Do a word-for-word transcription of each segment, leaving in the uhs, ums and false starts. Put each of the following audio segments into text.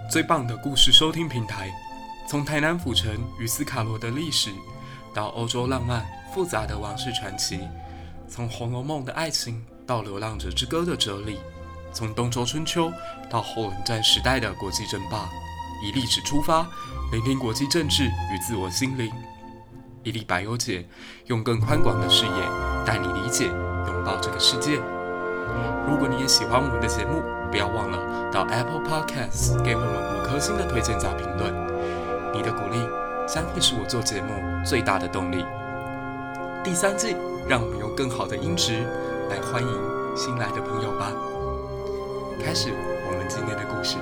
最棒的故事收听平台，从台南府城与斯卡罗的历史，到欧洲浪漫复杂的王室传奇，从《红楼梦》的爱情到《流浪者之歌》的哲理，从东周春秋到后冷战时代的国际争霸，以历史出发，聆听国际政治与自我心灵。一粒百忧解，用更宽广的视野带你理解、拥抱这个世界。如果你也喜欢我们的节目，不要忘了到 Apple Podcasts 给我们五颗星的推荐加评论。你的鼓励将会是我做节目最大的动力。第三季，让我们用更好的音质来欢迎新来的朋友吧。开始我们今天的故事。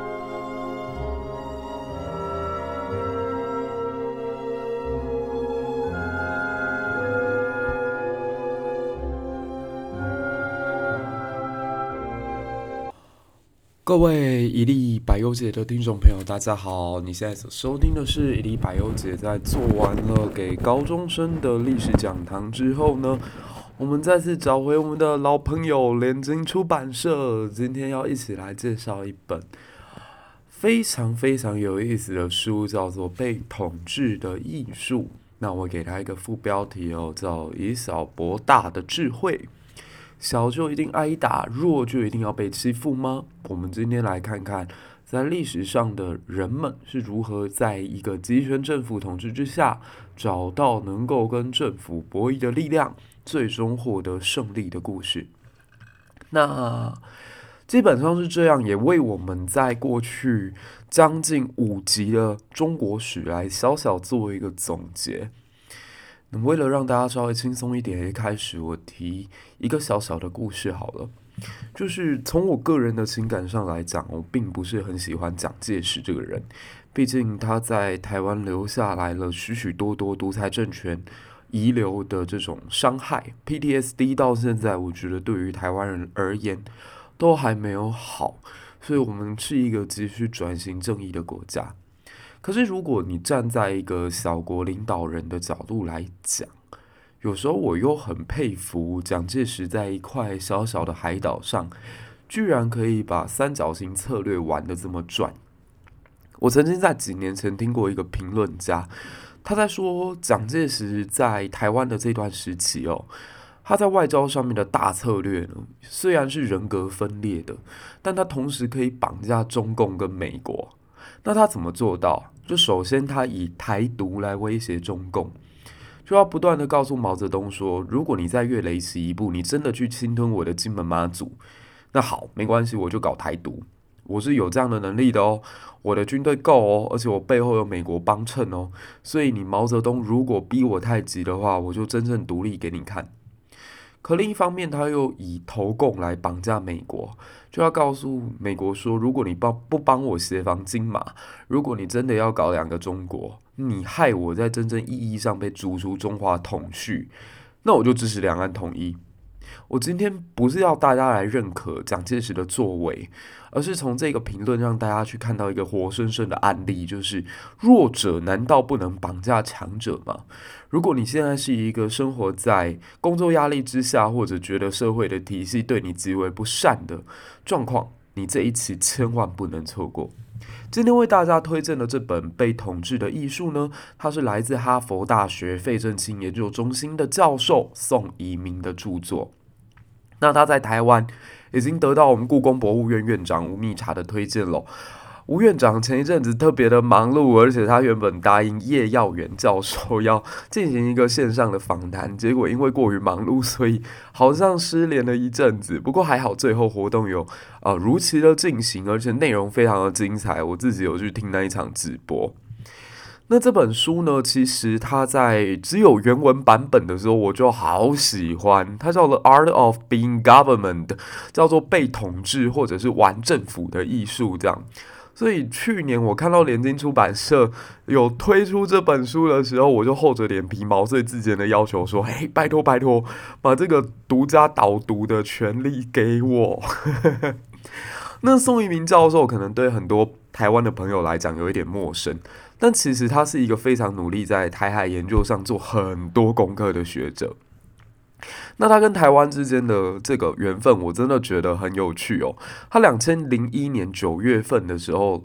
各位一粒百忧解的听众朋友，大家好！你现在所收听的是一粒百忧解。在做完了给高中生的历史讲堂之后呢，我们再次找回我们的老朋友联经出版社。今天要一起来介绍一本非常非常有意思的书，叫做《被统治的艺术》。那我给它一个副标题哦，叫“以小博大的智慧”。小就一定挨打，弱就一定要被欺负吗？我们今天来看看，在历史上的人们是如何在一个集权政府统治之下，找到能够跟政府博弈的力量，最终获得胜利的故事。那基本上是这样，也为我们在过去将近五集的中国史来小小做一个总结。那为了让大家稍微轻松一点，一开始我提一个小小的故事好了，就是从我个人的情感上来讲，我并不是很喜欢蒋介石这个人，毕竟他在台湾留下来了许许多多独裁政权遗留的这种伤害 ，P T S D 到现在，我觉得对于台湾人而言都还没有好，所以我们是一个急需转型正义的国家。可是，如果你站在一个小国领导人的角度来讲，有时候我又很佩服蒋介石在一块小小的海岛上，居然可以把三角形策略玩得这么转。我曾经在几年前听过一个评论家，他在说蒋介石在台湾的这段时期哦，他在外交上面的大策略呢，虽然是人格分裂的，但他同时可以绑架中共跟美国。那他怎么做到？就首先他以台独来威胁中共，就要不断的告诉毛泽东说，如果你再越雷池一步，你真的去侵吞我的金门马祖，那好，没关系，我就搞台独，我是有这样的能力的哦，我的军队够哦，而且我背后有美国帮衬哦，所以你毛泽东如果逼我太急的话，我就真正独立给你看。可另一方面，他又以投共来绑架美国，就要告诉美国说，如果你不帮我协防金马，如果你真的要搞两个中国，你害我在真正意义上被逐出中华统序，那我就支持两岸统一。我今天不是要大家来认可蒋介石的作为，而是从这个评论让大家去看到一个活生生的案例，就是弱者难道不能绑架强者吗？如果你现在是一个生活在工作压力之下，或者觉得社会的体系对你极为不善的状况，你这一期千万不能错过。今天为大家推荐的这本《被统治的艺术》呢，它是来自哈佛大学费正清研究中心的教授宋怡民的著作。那他在台湾已经得到我们故宫博物院院长吴密察的推荐了。吴院长前一阵子特别的忙碌，而且他原本答应叶耀元教授要进行一个线上的访谈，结果因为过于忙碌，所以好像失联了一阵子。不过还好，最后活动有呃如期的进行，而且内容非常的精彩，我自己有去听那一场直播。那这本书呢，其实它在只有原文版本的时候，我就好喜欢。它叫做《Art of Being Government》，叫做被统治或者是玩政府的艺术这样。所以去年我看到联经出版社有推出这本书的时候，我就厚着脸皮毛遂自荐的要求说：“嘿，拜托拜托，把这个独家导读的权利给我。”那宋怡民教授可能对很多台湾的朋友来讲有一点陌生，但其实他是一个非常努力在台海研究上做很多功课的学者。那他跟台湾之间的这个缘分，我真的觉得很有趣哦。他二零零一年九月份的时候，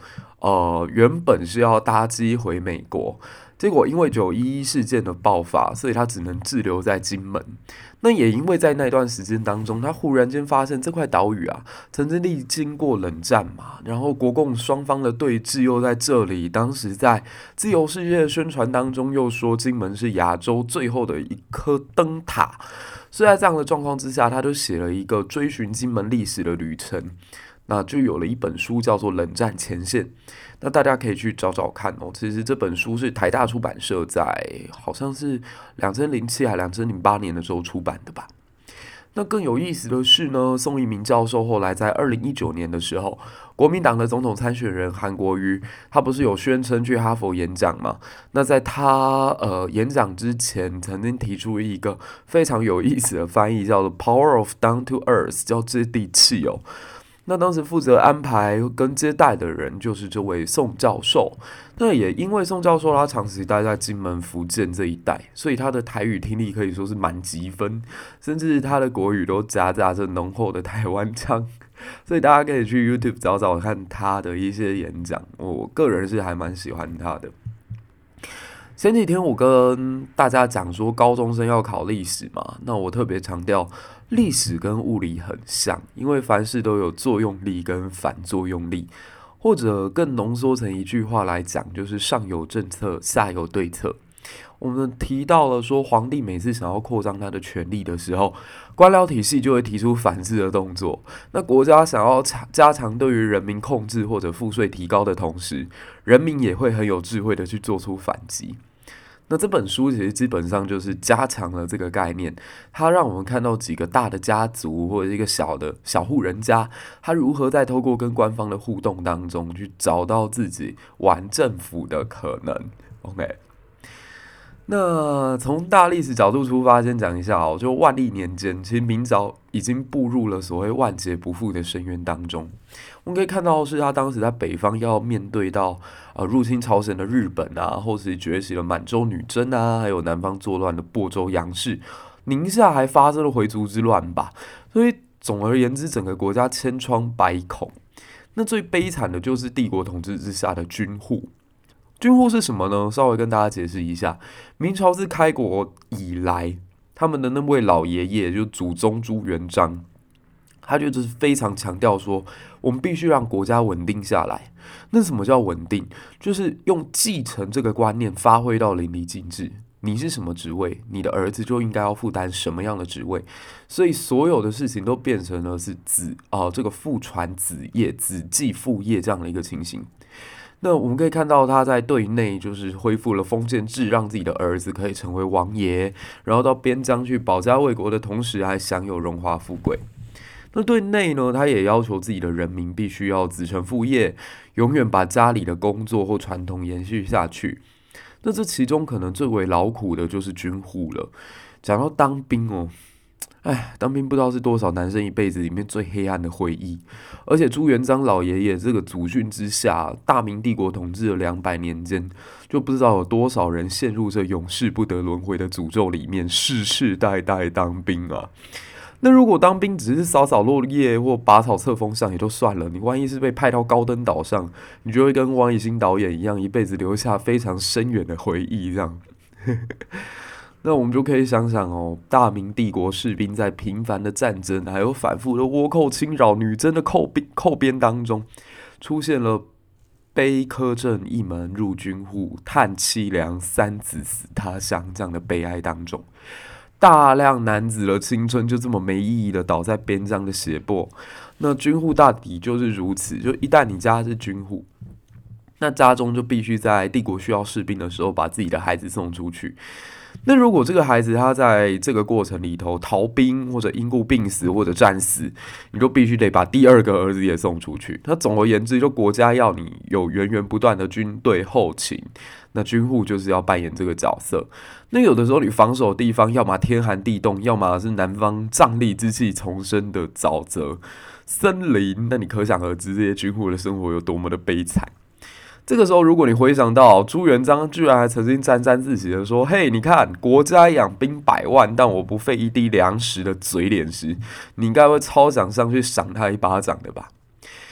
呃原本是要搭机回美国，结果因为九一一事件的爆发，所以他只能滞留在金门。那也因为在那段时间当中，他忽然间发现这块岛屿啊，曾经历经过冷战嘛，然后国共双方的对峙又在这里。当时在自由世界的宣传当中，又说金门是亚洲最后的一颗灯塔。所以在这样的状况之下，他就写了一个追寻金门历史的旅程。那就有了一本书叫做《冷战前线》，那大家可以去找找看哦。其实这本书是台大出版社在好像是两千零七还两千零八年的时候出版的吧。那更有意思的是呢，宋一鸣教授后来在二零一九年的时候，国民党的总统参选人韩国瑜，他不是有宣称去哈佛演讲吗？那在他呃演讲之前，曾经提出一个非常有意思的翻译，叫做 "Power of Down to Earth"， 叫接地气哦。那当时负责安排跟接待的人就是这位宋教授。那也因为宋教授他长期待在金门、福建这一带，所以他的台语听力可以说是满级分，甚至他的国语都夹杂着浓厚的台湾腔。所以大家可以去 YouTube 找找看他的一些演讲，我个人是还蛮喜欢他的。前几天我跟大家讲说高中生要考历史嘛，那我特别强调历史跟物理很像，因为凡事都有作用力跟反作用力，或者更浓缩成一句话来讲，就是上有政策，下有对策。我们提到了说，皇帝每次想要扩张他的权力的时候，官僚体系就会提出反制的动作。那国家想要加强对于人民控制或者赋税提高的同时，人民也会很有智慧的去做出反击。那这本书其实基本上就是加强了这个概念，它让我们看到几个大的家族或者一个小的小户人家，他如何在透过跟官方的互动当中去找到自己玩政府的可能。OK。那从大历史角度出发，先讲一下哦，就万历年间，其实明朝已经步入了所谓万劫不复的深渊当中。我们可以看到，是他当时在北方要面对到呃入侵朝鲜的日本啊，或是崛起的满洲女真啊，还有南方作乱的亳州杨氏，宁夏还发生了回族之乱吧。所以总而言之，整个国家千疮百孔。那最悲惨的就是帝国统治之下的军户。军户是什么呢？稍微跟大家解释一下，明朝自开国以来，他们的那位老爷爷就祖宗朱元璋，他就是非常强调说，我们必须让国家稳定下来。那什么叫稳定？就是用继承这个观念发挥到淋漓尽致。你是什么职位，你的儿子就应该要负担什么样的职位，所以所有的事情都变成了是子啊、呃、这个父传子业、子继父业这样的一个情形。那我们可以看到他在对内就是恢复了封建制，让自己的儿子可以成为王爷，然后到边疆去保家卫国的同时，还享有荣华富贵。那对内呢，他也要求自己的人民必须要子承父业，永远把家里的工作或传统延续下去。那这其中可能最为劳苦的就是军户了。讲到当兵哦。哎，当兵不知道是多少男生一辈子里面最黑暗的回忆，而且朱元璋老爷爷这个祖训之下，大明帝国统治了两百年间，就不知道有多少人陷入这永世不得轮回的诅咒里面，世世代代当兵啊。那如果当兵只是扫扫落叶或拔草测风向也就算了，你万一是被派到高登岛上，你就会跟王以欣导演一样，一辈子留下非常深远的回忆，这样。那我们就可以想想哦，大明帝国士兵在频繁的战争，还有反复的倭寇侵扰、女真的寇边寇边当中，出现了悲苛政一门入军户，叹凄凉三子死他乡这样的悲哀当中，大量男子的青春就这么没意义的倒在边疆的血泊。那军户大抵就是如此，就一旦你家是军户，那家中就必须在帝国需要士兵的时候，把自己的孩子送出去。那如果这个孩子他在这个过程里头逃兵或者因故病死或者战死，你就必须得把第二个儿子也送出去。那总而言之，就国家要你有源源不断的军队后勤，那军户就是要扮演这个角色。那有的时候你防守的地方，要么天寒地冻，要么是南方瘴疠之气丛生的沼泽森林，那你可想而知这些军户的生活有多么的悲惨。这个时候，如果你回想到朱元璋居然还曾经沾沾自喜的说：“嘿，你看国家养兵百万，但我不费一滴粮食的嘴脸时，你应该会超想上去赏他一巴掌的吧？”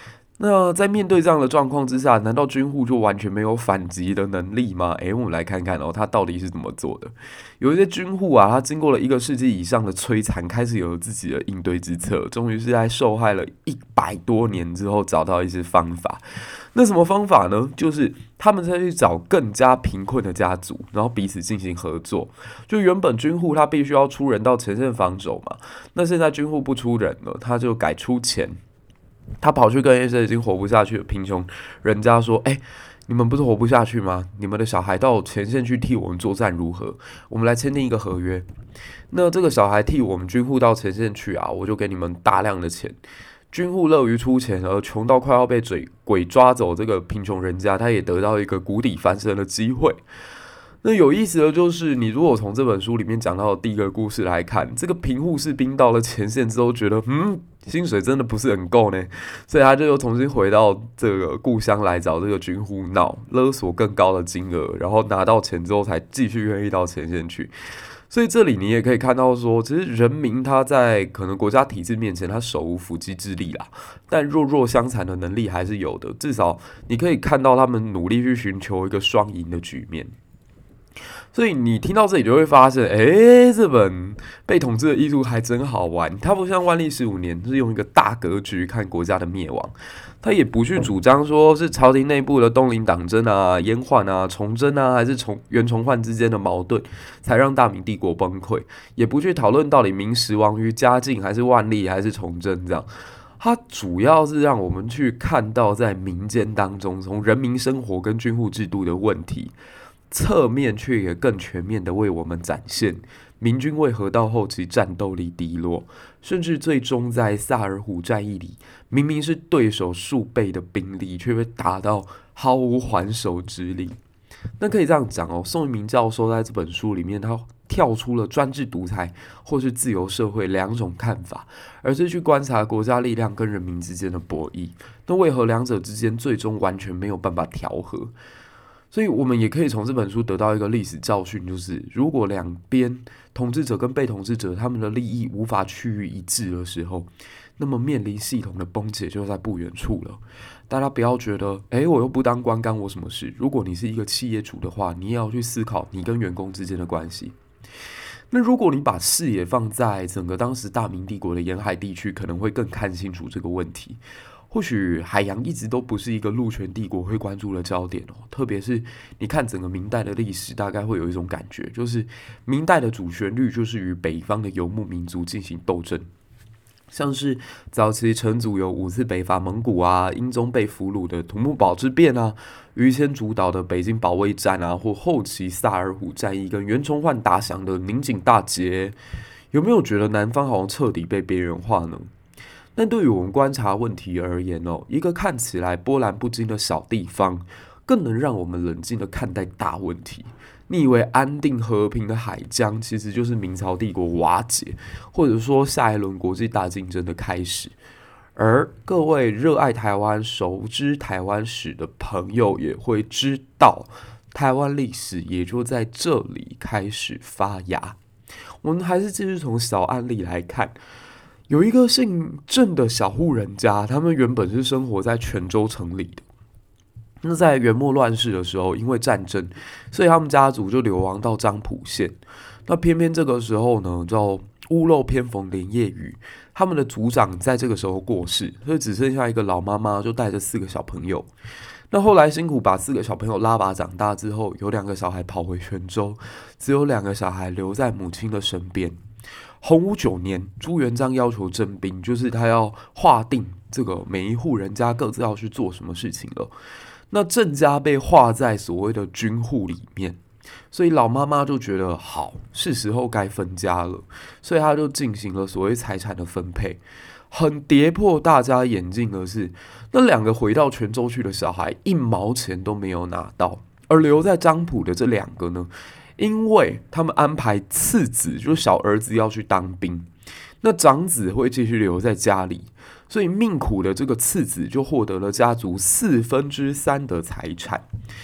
那在面对这样的状况之下，难道军户就完全没有反击的能力吗？诶，我们来看看哦，他到底是怎么做的。有一些军户啊，他经过了一个世纪以上的摧残，开始有自己的应对之策，终于是在受害了一百多年之后，找到一些方法。那什么方法呢？就是他们再去找更加贫困的家族，然后彼此进行合作。就原本军户他必须要出人到前线防守嘛，那现在军户不出人了，他就改出钱。他跑去跟一些已经活不下去的贫穷人家说：“哎、欸，你们不是活不下去吗？你们的小孩到前线去替我们作战如何？我们来签订一个合约。那这个小孩替我们军户到前线去啊，我就给你们大量的钱。军户乐于出钱，而穷到快要被鬼抓走这个贫穷人家，他也得到一个谷底翻身的机会。”那有意思的就是，你如果从这本书里面讲到的第一个故事来看，这个贫户士兵到了前线之后，觉得嗯，薪水真的不是很够呢，所以他就又重新回到这个故乡来找这个军户闹，勒索更高的金额，然后拿到钱之后才继续愿意到前线去。所以这里你也可以看到说，其实人民他在可能国家体制面前，他手无缚鸡之力啦，但弱弱相残的能力还是有的。至少你可以看到他们努力去寻求一个双赢的局面。所以你听到这里就会发现，哎、欸，这本被统治的艺术还真好玩。它不像万历十五年是用一个大格局看国家的灭亡，它也不去主张说是朝廷内部的东林党争啊、阉宦啊、崇祯啊，还是崇袁崇焕之间的矛盾才让大明帝国崩溃，也不去讨论到底明时亡于嘉靖还是万历还是崇祯这样。它主要是让我们去看到在民间当中，从人民生活跟军户制度的问题。侧面却也更全面的为我们展现明军为何到后期战斗力低落，甚至最终在萨尔浒战役里，明明是对手数倍的兵力，却被打到毫无还手之力。那可以这样讲哦，宋一鸣教授在这本书里面，他跳出了专制独裁或是自由社会两种看法，而是去观察国家力量跟人民之间的博弈。那为何两者之间最终完全没有办法调和？所以我们也可以从这本书得到一个历史教训，就是如果两边统治者跟被统治者他们的利益无法趋于一致的时候，那么面临系统的崩解就在不远处了。大家不要觉得，哎，我又不当官，干我什么事？如果你是一个企业主的话，你也要去思考你跟员工之间的关系。那如果你把视野放在整个当时大明帝国的沿海地区，可能会更看清楚这个问题。或许海洋一直都不是一个陆权帝国会关注的焦点哦，特别是你看整个明代的历史，大概会有一种感觉，就是明代的主旋律就是与北方的游牧民族进行斗争，像是早期成祖有五次北伐蒙古啊，英宗被俘虏的土木堡之变啊，于谦主导的北京保卫战啊，或后期萨尔浒战役跟袁崇焕打响的宁锦大捷，有没有觉得南方好像彻底被边缘化呢？但对于我们观察问题而言哦，一个看起来波澜不惊的小地方，更能让我们冷静地看待大问题。你以为安定和平的海疆，其实就是明朝帝国瓦解，或者说下一轮国际大竞争的开始。而各位热爱台湾、熟知台湾史的朋友也会知道，台湾历史也就在这里开始发芽。我们还是继续从小案例来看。有一个姓郑的小户人家，他们原本是生活在泉州城里的。那在元末乱世的时候，因为战争，所以他们家族就流亡到漳浦县。那偏偏这个时候呢，叫屋漏偏逢连夜雨，他们的族长在这个时候过世，所以只剩下一个老妈妈，就带着四个小朋友。那后来辛苦把四个小朋友拉拔长大之后，有两个小孩跑回泉州，只有两个小孩留在母亲的身边。洪武九年，朱元璋要求征兵，就是他要划定这个每一户人家各自要去做什么事情了。那郑家被划在所谓的军户里面，所以老妈妈就觉得好，是时候该分家了，所以他就进行了所谓财产的分配。很跌破大家眼镜的是，那两个回到泉州去的小孩一毛钱都没有拿到，而留在漳浦的这两个呢？因为他们安排次子，就是小儿子要去当兵，那长子会继续留在家里，所以命苦的这个次子就获得了家族四分之三的财产。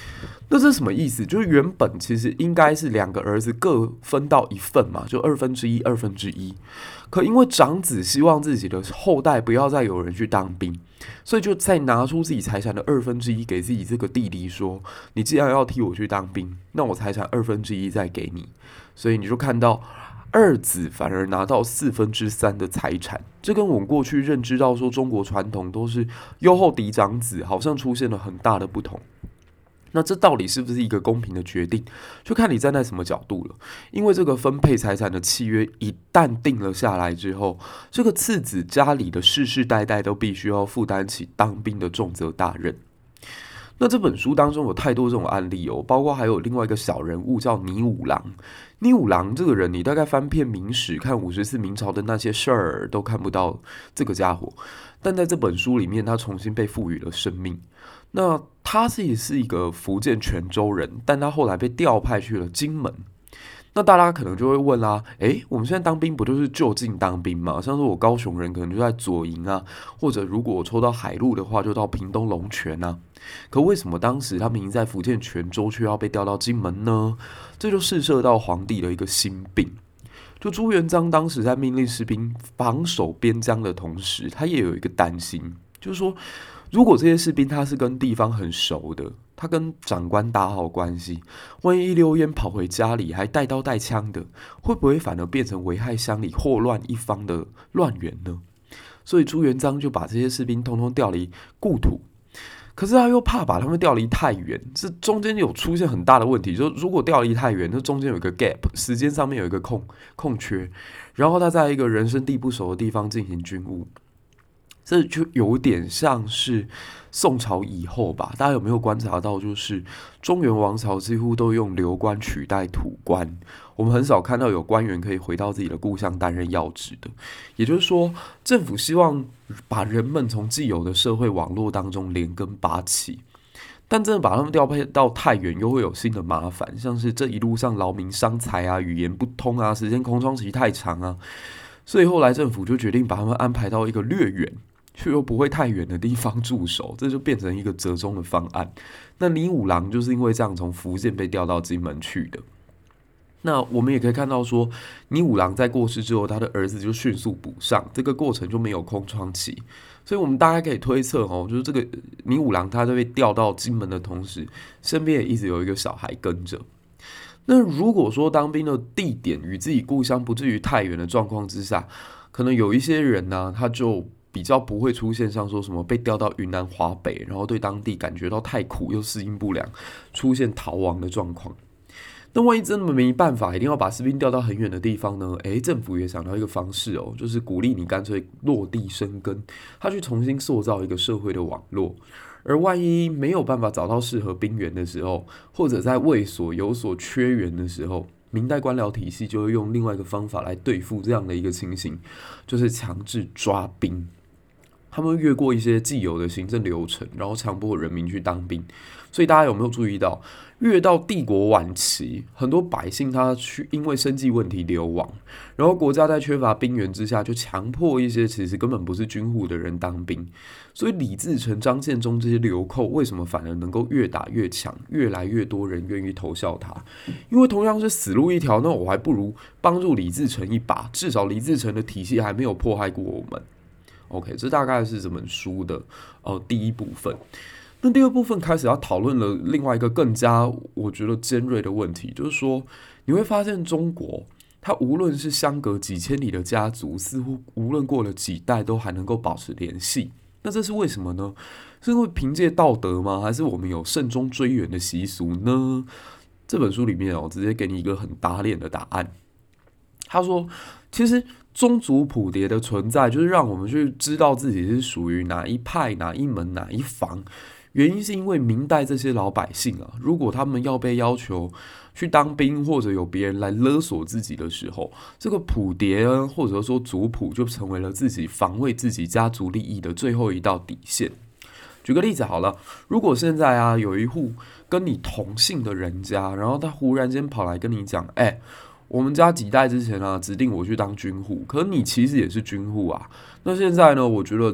那这是什么意思？就是原本其实应该是两个儿子各分到一份嘛，就二分之一，二分之一。可因为长子希望自己的后代不要再有人去当兵，所以就再拿出自己财产的二分之一给自己这个弟弟说：“你既然要替我去当兵，那我财产二分之一再给你。”所以你就看到二子反而拿到四分之三的财产，这跟我们过去认知到说中国传统都是优厚嫡长子，好像出现了很大的不同。那这到底是不是一个公平的决定，就看你站在什么角度了。因为这个分配财产的契约一旦定了下来之后，这个次子家里的世世代代都必须要负担起当兵的重责大任。那这本书当中有太多这种案例哦，包括还有另外一个小人物叫倪五郎。倪五郎这个人，你大概翻遍明史，看五十四明朝的那些事儿，都看不到这个家伙。但在这本书里面，他重新被赋予了生命。那他是也是一个福建泉州人，但他后来被调派去了金门。那大家可能就会问啦，诶，我们现在当兵不就是就近当兵吗？像是我高雄人可能就在左营啊，或者如果我抽到海陆的话，就到屏东龙泉啊。可为什么当时他们已经在福建泉州，却要被调到金门呢？这就试射到皇帝的一个心病。就朱元璋当时在命令士兵防守边疆的同时，他也有一个担心，就是说，如果这些士兵他是跟地方很熟的，他跟长官打好关系，万一一溜烟跑回家里还带刀带枪的，会不会反而变成危害乡里、祸乱一方的乱源呢？所以朱元璋就把这些士兵通通调离故土。可是他又怕把他们调离太远，这中间有出现很大的问题。就如果调离太远，那中间有一个 gap， 时间上面有一个空空缺，然后他在一个人生地不熟的地方进行军务，这就有点像是宋朝以后吧。大家有没有观察到，就是中原王朝几乎都用流官取代土官，我们很少看到有官员可以回到自己的故乡担任要职的。也就是说，政府希望把人们从既有的社会网络当中连根拔起，但真的把他们调配到太远，又会有新的麻烦，像是这一路上劳民伤财啊，语言不通啊，时间空窗期太长啊，所以后来政府就决定把他们安排到一个略远却又不会太远的地方驻守，这就变成一个折中的方案。那倪五郎就是因为这样从福建被调到金门去的。那我们也可以看到说，倪五郎在过世之后，他的儿子就迅速补上，这个过程就没有空窗期。所以我们大概可以推测哦，就是这个倪五郎他在被调到金门的同时，身边也一直有一个小孩跟着。那如果说当兵的地点与自己故乡不至于太远的状况之下，可能有一些人呢、啊，他就比较不会出现像说什么被调到云南华北，然后对当地感觉到太苦又适应不良，出现逃亡的状况。那万一真的没办法，一定要把士兵调到很远的地方呢？诶，政府也想到一个方式哦，就是鼓励你干脆落地生根，他去重新塑造一个社会的网络。而万一没有办法找到适合兵源的时候，或者在卫所有所缺员的时候，明代官僚体系就会用另外一个方法来对付这样的一个情形，就是强制抓兵。他们越过一些既有的行政流程，然后强迫人民去当兵。所以大家有没有注意到，越到帝国晚期，很多百姓他去因为生计问题流亡，然后国家在缺乏兵源之下，就强迫一些其实根本不是军户的人当兵。所以李自成、张献忠这些流寇为什么反而能够越打越强，越来越多人愿意投效他？因为同样是死路一条，那我还不如帮助李自成一把，至少李自成的体系还没有迫害过我们。OK， 这大概是这本书的呃第一部分。那第二部分开始要讨论了另外一个更加我觉得尖锐的问题，就是说你会发现中国它无论是相隔几千里的家族，似乎无论过了几代都还能够保持联系。那这是为什么呢？是因为凭借道德吗？还是我们有慎终追远的习俗呢？这本书里面哦，直接给你一个很打脸的答案。他说，其实宗族谱牒的存在，就是让我们去知道自己是属于哪一派、哪一门、哪一房。原因是因为明代这些老百姓啊，如果他们要被要求去当兵，或者有别人来勒索自己的时候，这个谱牒啊，或者说族谱，就成为了自己防卫自己家族利益的最后一道底线。举个例子好了，如果现在啊有一户跟你同姓的人家，然后他忽然间跑来跟你讲，哎、欸。我们家几代之前啊，指定我去当军户，可你其实也是军户啊。那现在呢，我觉得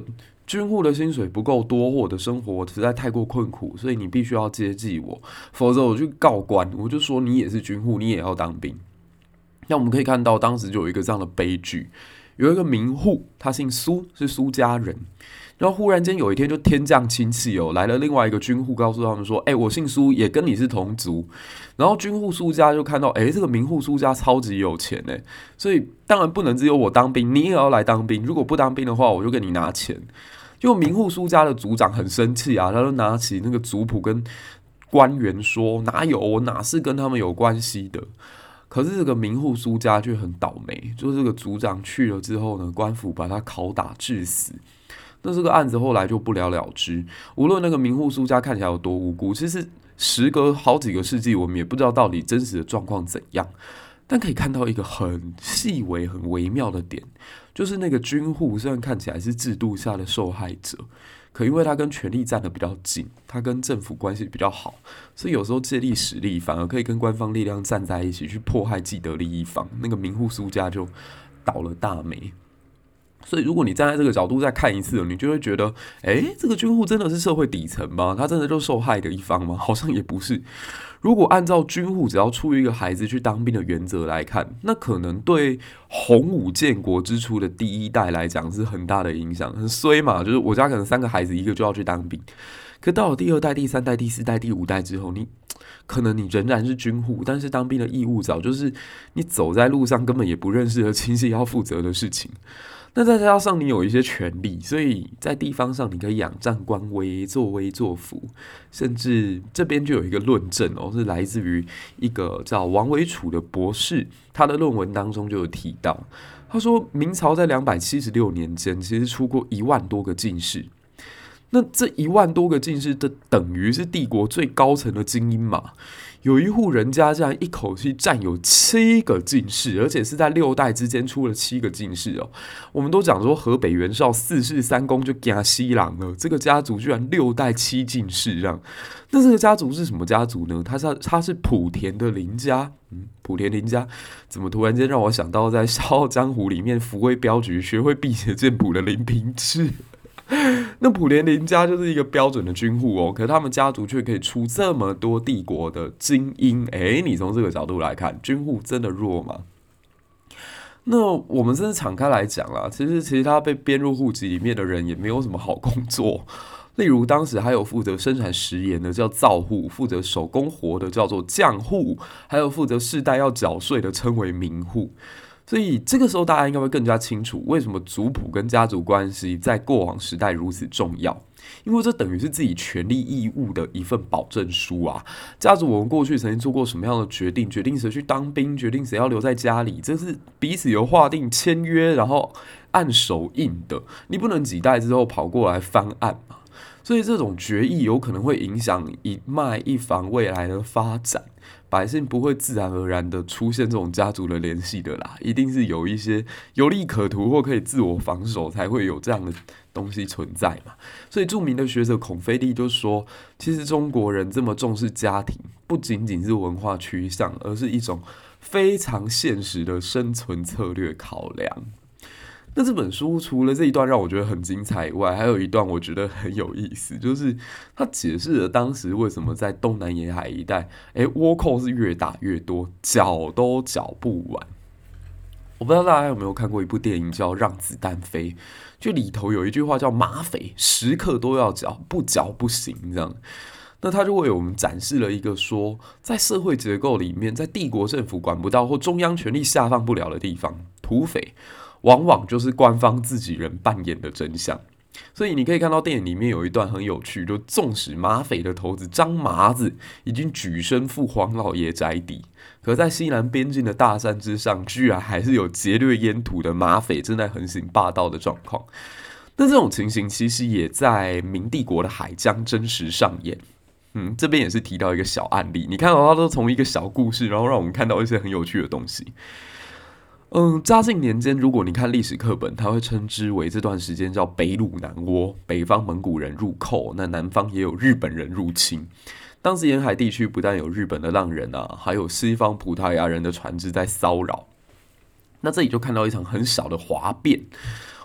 军户的薪水不够多，或我的生活实在太过困苦，所以你必须要接济我，否则我就告官，我就说你也是军户，你也要当兵。那我们可以看到，当时就有一个这样的悲剧，有一个民户，他姓苏，是苏家人。然后忽然间有一天就天降亲戚哦，来了另外一个军户，告诉他们说：“哎、欸，我姓苏，也跟你是同族。”然后军户苏家就看到，哎、欸，这个民户苏家超级有钱哎，所以当然不能只有我当兵，你也要来当兵。如果不当兵的话，我就跟你拿钱。就民户苏家的族长很生气啊，他就拿起那个族谱跟官员说：“哪有，我哪是跟他们有关系的？”可是这个民户苏家却很倒霉，就是这个族长去了之后呢，官府把他拷打致死。那这个案子后来就不了了之。无论那个民户苏家看起来有多无辜，其实时隔好几个世纪，我们也不知道到底真实的状况怎样。但可以看到一个很细微、很微妙的点，就是那个军户虽然看起来是制度下的受害者，可因为他跟权力站得比较近，他跟政府关系比较好，所以有时候借力使力，反而可以跟官方力量站在一起去迫害既得利益方。那个民户苏家就倒了大霉。所以，如果你站在这个角度再看一次，你就会觉得，哎，这个军户真的是社会底层吗？他真的就受害的一方吗？好像也不是。如果按照军户只要出于一个孩子去当兵的原则来看，那可能对洪武建国之初的第一代来讲是很大的影响，很衰嘛。就是我家可能三个孩子，一个就要去当兵，可到了第二代、第三代、第四代、第五代之后，你可能你仍然是军户，但是当兵的义务早就是你走在路上根本也不认识的亲戚要负责的事情。那再加上你有一些权利，所以在地方上你可以仰仗官威、作威作福，甚至这边就有一个论证哦，是来自于一个叫王维楚的博士，他的论文当中就有提到，他说明朝在两百七十六年间，其实出过一万多个进士。那这一万多个进士，的等于是帝国最高层的精英嘛？有一户人家这样一口气占有七个进士，而且是在六代之间出了七个进士哦。我们都讲说河北袁绍四世三公就惊西郎了，这个家族居然六代七进士这样。那这个家族是什么家族呢？他是他是莆田的林家，嗯，莆田林家怎么突然间让我想到在《笑傲江湖》里面福威镖局学会辟邪剑谱的林平之？那莆田林家就是一个标准的军户哦，可是他们家族却可以出这么多帝国的精英。哎，你从这个角度来看，军户真的弱吗？那我们真是敞开来讲啦，其实其实他被编入户籍里面的人也没有什么好工作。例如当时还有负责生产食盐的叫造户，负责手工活的叫做匠户，还有负责世代要缴税的称为民户。所以这个时候大家应该会更加清楚，为什么族谱跟家族关系在过往时代如此重要，因为这等于是自己权利义务的一份保证书啊。家族我们过去曾经做过什么样的决定，决定谁去当兵，决定谁要留在家里，这是彼此有划定签约，然后按手印的，你不能几代之后跑过来翻案嘛。所以这种决议有可能会影响一脉一房未来的发展，百姓不会自然而然的出现这种家族的联系的啦，一定是有一些有利可图或可以自我防守才会有这样的东西存在嘛。所以著名的学者孔飞力就说，其实中国人这么重视家庭，不仅仅是文化趋向，而是一种非常现实的生存策略考量。那这本书除了这一段让我觉得很精彩以外，还有一段我觉得很有意思，就是他解释了当时为什么在东南沿海一带，哎，倭寇是越打越多，剿都剿不完。我不知道大家有没有看过一部电影叫《让子弹飞》，就里头有一句话叫马匪时刻都要剿，不剿不行这样。那他就为我们展示了一个说，在社会结构里面，在帝国政府管不到或中央权力下放不了的地方，土匪往往就是官方自己人扮演的真相。所以你可以看到电影里面有一段很有趣，就纵使马匪的头子张麻子已经举身赴黄老爷宅邸，可在西南边境的大山之上，居然还是有劫掠烟土的马匪正在横行霸道的状况。那这种情形其实也在明帝国的海疆真实上演。嗯，这边也是提到一个小案例，你看到它都从一个小故事，然后让我们看到一些很有趣的东西。嗯，嘉靖年间，如果你看历史课本，它会称之为这段时间叫北虏南倭，北方蒙古人入寇，那南方也有日本人入侵。当时沿海地区不但有日本的浪人啊，还有西方葡萄牙人的船只在骚扰。那这里就看到一场很小的哗变。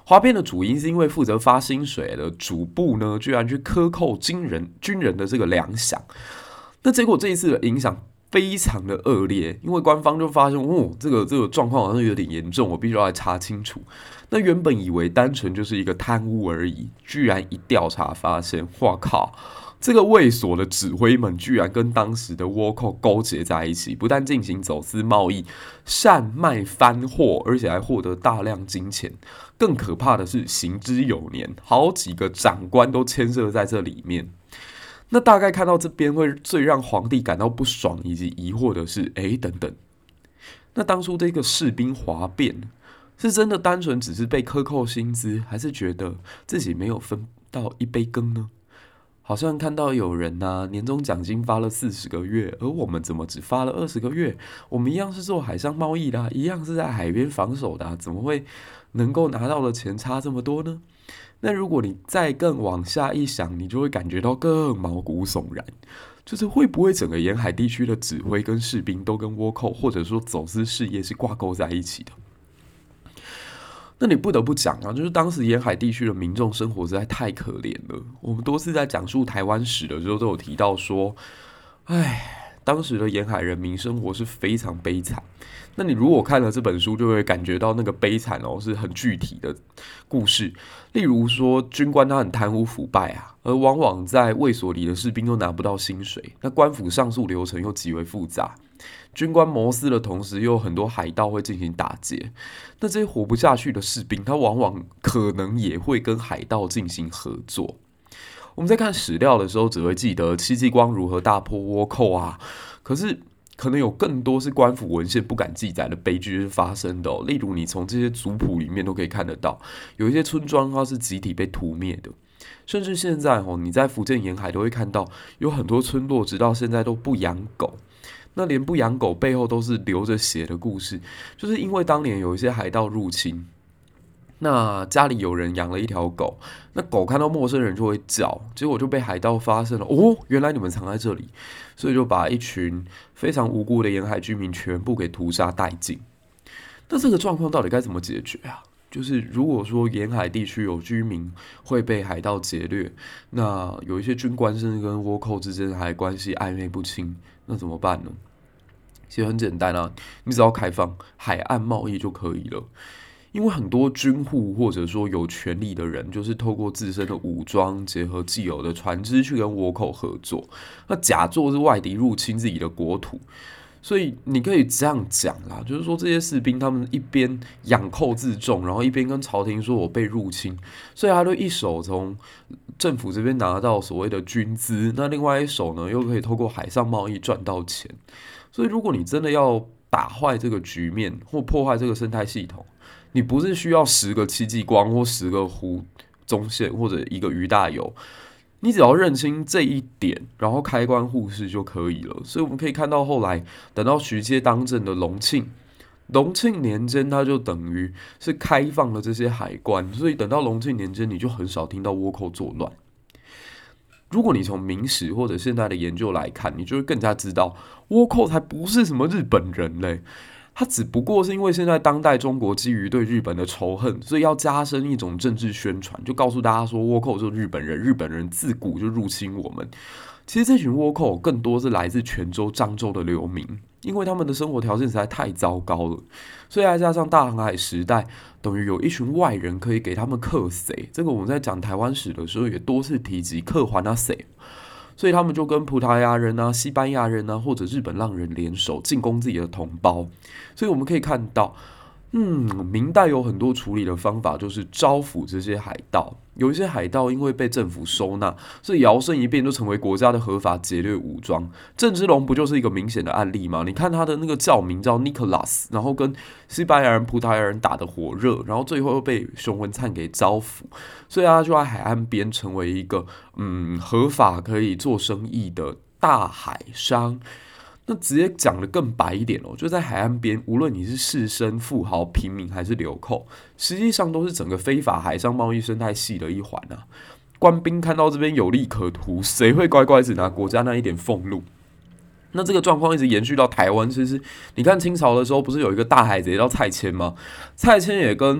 哗变的主因是因为负责发薪水的主部呢，居然去克扣军人军人的这个粮饷。那结果这一次的影响非常的恶劣，因为官方就发现，哦，这个这个状况好像有点严重，我必须要来查清楚。那原本以为单纯就是一个贪污而已，居然一调查发现，哇靠！这个卫所的指挥们居然跟当时的倭寇勾结在一起，不但进行走私贸易、善卖番货，而且还获得大量金钱。更可怕的是，行之有年，好几个长官都牵涉在这里面。那大概看到这边会最让皇帝感到不爽以及疑惑的是，哎，等等，那当初这个士兵哗变，是真的单纯只是被克扣薪资，还是觉得自己没有分到一杯羹呢？好像看到有人啊，年终奖金发了四十个月，而我们怎么只发了二十个月？我们一样是做海上贸易的、啊，一样是在海边防守的、啊，怎么会能够拿到的钱差这么多呢？那如果你再更往下一想，你就会感觉到更毛骨悚然，就是会不会整个沿海地区的指挥跟士兵都跟倭寇或者说走私事业是挂钩在一起的？那你不得不讲啊，就是当时沿海地区的民众生活实在太可怜了。我们多次在讲述台湾史的时候都有提到说，唉，当时的沿海人民生活是非常悲惨。那你如果看了这本书，就会感觉到那个悲惨哦，是很具体的故事。例如说，军官他很贪污腐败啊，而往往在卫所里的士兵又拿不到薪水，那官府上诉流程又极为复杂。军官谋私的同时，又有很多海盗会进行打劫。那这些活不下去的士兵，他往往可能也会跟海盗进行合作。我们在看史料的时候，只会记得戚继光如何大破倭寇啊，可是可能有更多是官府文献不敢记载的悲剧是发生的、哦。例如，你从这些族谱里面都可以看得到，有一些村庄它是集体被屠灭的。甚至现在哦，你在福建沿海都会看到，有很多村落直到现在都不养狗。那连不养狗背后都是流着血的故事，就是因为当年有一些海盗入侵，那家里有人养了一条狗，那狗看到陌生人就会叫，结果就被海盗发现了，哦，原来你们藏在这里，所以就把一群非常无辜的沿海居民全部给屠杀殆尽。那这个状况到底该怎么解决啊？就是如果说沿海地区有居民会被海盗劫掠，那有一些军官甚至跟倭寇之间还关系暧昧不清，那怎么办呢？其实很简单啊，你只要开放海岸贸易就可以了。因为很多军户或者说有权力的人，就是透过自身的武装，结合既有的船只去跟倭寇合作，那假作是外敌入侵自己的国土。所以你可以这样讲啦，就是说这些士兵他们一边养寇自重，然后一边跟朝廷说我被入侵，所以他就一手从政府这边拿到所谓的军资，那另外一手呢又可以透过海上贸易赚到钱。所以如果你真的要打坏这个局面或破坏这个生态系统，你不是需要十个戚继光或十个胡宗宪或者一个俞大猷，你只要认清这一点，然后开关护市就可以了。所以我们可以看到后来等到徐阶当政的隆庆，隆庆年间他就等于是开放了这些海关，所以等到隆庆年间你就很少听到倭寇作乱。如果你从明史或者现代的研究来看，你就会更加知道倭寇才不是什么日本人嘞，他只不过是因为现在当代中国基于对日本的仇恨，所以要加深一种政治宣传，就告诉大家说倭寇就是日本人，日本人自古就入侵我们。其实这群倭寇更多是来自泉州、漳州的流民，因为他们的生活条件实在太糟糕了，所以再加上大航海时代，等于有一群外人可以给他们克谁。这个我们在讲台湾史的时候也多次提及克还那谁，所以他们就跟葡萄牙人啊、西班牙人啊或者日本浪人联手进攻自己的同胞。所以我们可以看到，嗯，明代有很多处理的方法，就是招抚这些海盗。有一些海盗因为被政府收纳，所以摇身一变就成为国家的合法劫掠武装。郑芝龙不就是一个明显的案例吗？你看他的那个教名叫 Nicholas， 然后跟西班牙人、葡萄牙人打得火热，然后最后又被熊文灿给招抚，所以他就在海岸边成为一个嗯合法可以做生意的大海商。那直接讲的更白一点哦，就在海岸边，无论你是士绅、富豪、平民还是流寇，实际上都是整个非法海上贸易生态系的一环啊。官兵看到这边有利可图，谁会乖乖只拿国家那一点俸禄？那这个状况一直延续到台湾。其实你看清朝的时候，不是有一个大海贼叫蔡牵吗？蔡牵也跟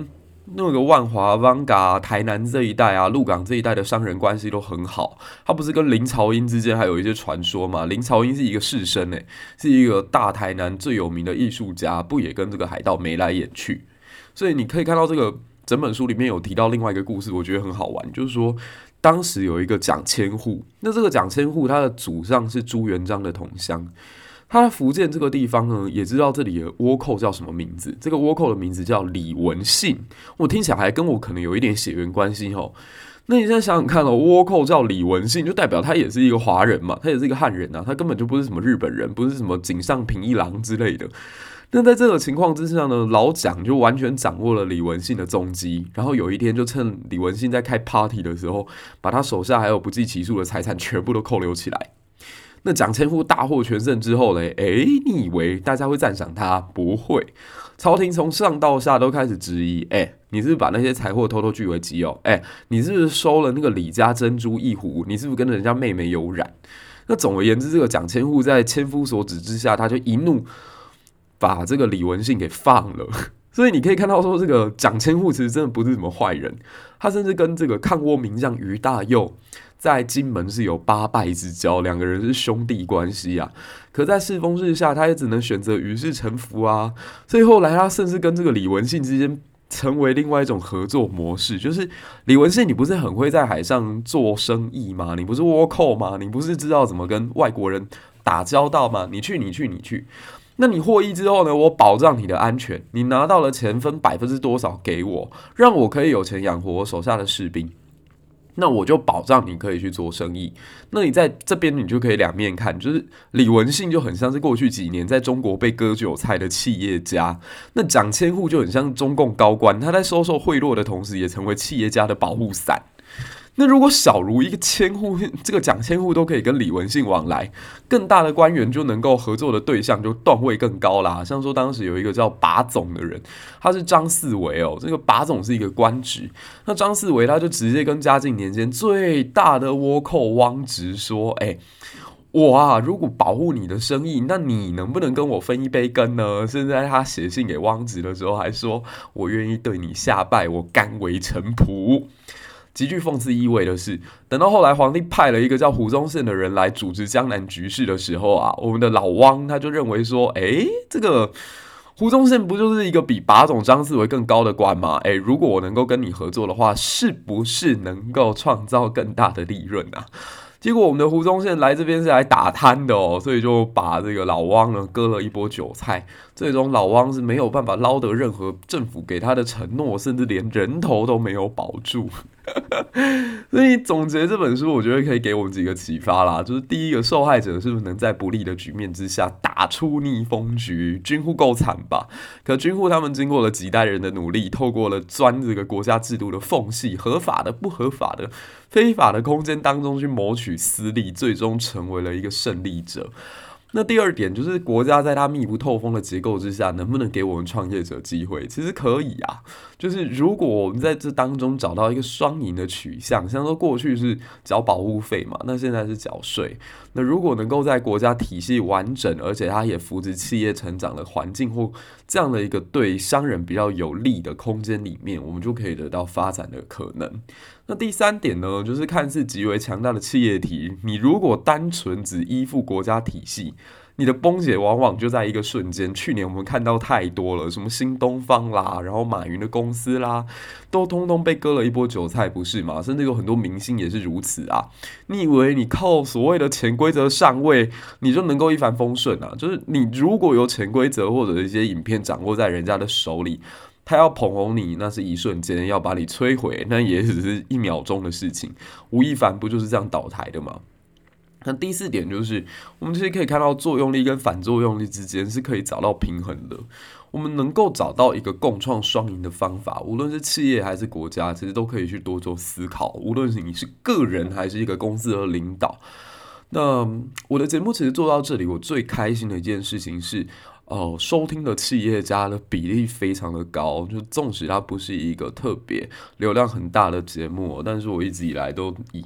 那个万华、Vanga、台南这一带啊，鹿港这一带的商人关系都很好。他不是跟林朝英之间还有一些传说嘛？林朝英是一个士绅诶，是一个大台南最有名的艺术家，不也跟这个海盗眉来眼去？所以你可以看到这个整本书里面有提到另外一个故事，我觉得很好玩，就是说当时有一个蒋千户，那这个蒋千户他的祖上是朱元璋的同乡。他在福建这个地方呢，也知道这里的倭寇叫什么名字。这个倭寇的名字叫李文信，我听起来还跟我可能有一点血缘关系哦。那你现在想想看哦，倭寇叫李文信，就代表他也是一个华人嘛，他也是一个汉人啊，他根本就不是什么日本人，不是什么井上平一郎之类的。那在这个情况之下呢，老蒋就完全掌握了李文信的踪迹，然后有一天就趁李文信在开 party 的时候，把他手下还有不计其数的财产全部都扣留起来。那蒋千户大获全胜之后嘞，诶，你以为大家会赞赏他？不会，朝廷从上到下都开始质疑，诶，你是不是把那些财货偷偷据为己有？诶，你是不是收了那个李家珍珠一壶？你是不是跟人家妹妹有染？那总而言之，这个蒋千户在千夫所指之下，他就一怒把这个李文信给放了。所以你可以看到说，这个蒋千户其实真的不是什么坏人，他甚至跟这个抗倭名将于大佑在金门是有八拜之交，两个人是兄弟关系啊。可在世风日下，他也只能选择与世臣服啊。所以后来他甚至跟这个李文信之间成为另外一种合作模式，就是李文信，你不是很会在海上做生意吗？你不是倭寇吗？你不是知道怎么跟外国人打交道吗？你去，你去，你去。那你获益之后呢？我保障你的安全，你拿到了钱分百分之多少给我，让我可以有钱养活我手下的士兵。那我就保障你可以去做生意。那你在这边你就可以两面看，就是李文信就很像是过去几年在中国被割韭菜的企业家，那蒋千户就很像中共高官，他在收受贿赂的同时，也成为企业家的保护伞。那如果小如一个千户，这个蒋千户都可以跟李文信往来，更大的官员就能够合作的对象就段位更高啦。像说当时有一个叫把总的人，他是张四维哦，这个把总是一个官职。那张四维他就直接跟嘉靖年间最大的倭寇汪直说：“哎、欸，我啊，如果保护你的生意，那你能不能跟我分一杯羹呢？”甚至在他写信给汪直的时候，还说：“我愿意对你下拜，我甘为臣仆。”极具讽刺意味的是，等到后来皇帝派了一个叫胡宗宪的人来主持江南局势的时候啊，我们的老汪他就认为说，哎，这个胡宗宪不就是一个比把总张四维更高的官吗？哎，如果我能够跟你合作的话，是不是能够创造更大的利润啊？结果我们的胡宗宪来这边是来打贪的哦，所以就把这个老汪呢割了一波韭菜。最终老汪是没有办法捞得任何政府给他的承诺，甚至连人头都没有保住。所以总结这本书，我觉得可以给我们几个启发啦。就是第一个，受害者是不是能在不利的局面之下打出逆风局？军户够惨吧？可军户他们经过了几代人的努力，透过了钻这个国家制度的缝隙，合法的、不合法的、非法的空间当中去谋取私利，最终成为了一个胜利者。那第二点就是国家在它密不透风的结构之下，能不能给我们创业者机会？其实可以啊，就是如果我们在这当中找到一个双赢的取向，像说过去是缴保护费嘛，那现在是缴税。那如果能够在国家体系完整，而且它也扶持企业成长的环境或这样的一个对商人比较有利的空间里面，我们就可以得到发展的可能。那第三点呢，就是看似极为强大的企业体，你如果单纯只依附国家体系，你的崩解往往就在一个瞬间。去年我们看到太多了，什么新东方啦，然后马云的公司啦，都通通被割了一波韭菜，不是吗？甚至有很多明星也是如此啊。你以为你靠所谓的潜规则上位，你就能够一帆风顺啊？就是你如果有潜规则或者一些影片掌握在人家的手里，他要捧红你，那是一瞬间；要把你摧毁，那也只是一秒钟的事情。吴亦凡不就是这样倒台的吗？那第四点就是，我们其实可以看到作用力跟反作用力之间是可以找到平衡的。我们能够找到一个共创双赢的方法，无论是企业还是国家，其实都可以去多做思考。无论是你是个人还是一个公司的领导，那我的节目其实做到这里，我最开心的一件事情是。哦，收听的企业家的比例非常的高，就纵使它不是一个特别流量很大的节目，但是我一直以来都以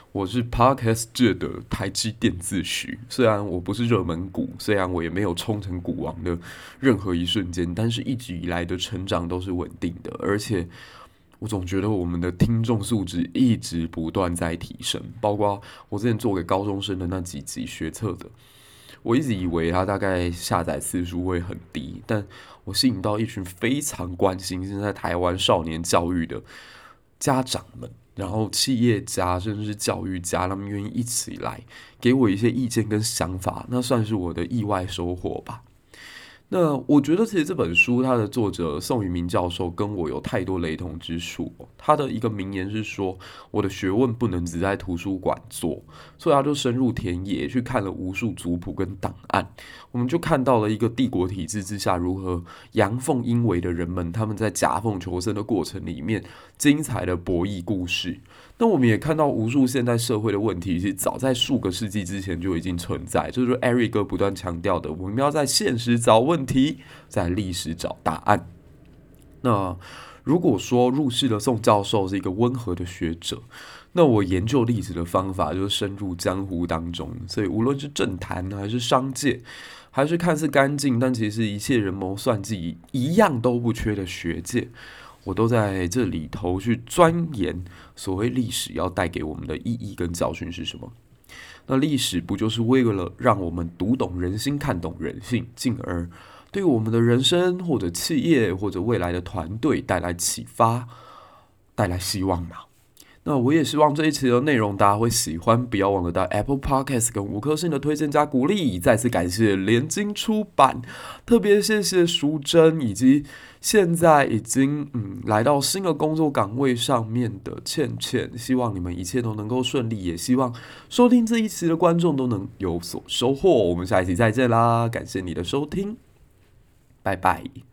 我是 Podcast 界的台积电自诩，虽然我不是热门股，虽然我也没有冲成股王的任何一瞬间，但是一直以来的成长都是稳定的，而且我总觉得我们的听众素质一直不断在提升，包括我之前做给高中生的那几集学测的，我一直以为它大概下载次数会很低，但我吸引到一群非常关心现在台湾少年教育的家长们。然后企业家甚至是教育家，他们愿意一起来给我一些意见跟想法，那算是我的意外收获吧。那我觉得其实这本书它的作者宋宇明教授跟我有太多雷同之处。他的一个名言是说，我的学问不能只在图书馆做，所以他就深入田野去看了无数族谱跟档案，我们就看到了一个帝国体制之下如何阳奉阴违的人们，他们在夹缝求生的过程里面精彩的博弈故事。那我们也看到无数现代社会的问题，其实早在数个世纪之前就已经存在，就是艾瑞哥不断强调的，我们要在现实找问题，在历史找答案。那如果说入世的宋教授是一个温和的学者，那我研究历史的方法就是深入江湖当中，所以无论是政坛还是商界，还是看似干净但其实一切人谋算计一样都不缺的学界，我都在这里头去钻研所谓历史要带给我们的意义跟教训是什么。那历史不就是为了让我们读懂人心，看懂人性，进而对我们的人生或者企业或者未来的团队带来启发，带来希望吗？那我也希望这一期的内容大家会喜欢，不要忘了到 Apple Podcast 跟五颗星的推荐加鼓励。再次感谢联经出版，特别谢谢淑珍以及现在已经嗯来到新的工作岗位上面的倩倩，希望你们一切都能够顺利，也希望收听这一期的观众都能有所收获。我们下一期再见啦，感谢你的收听，拜拜。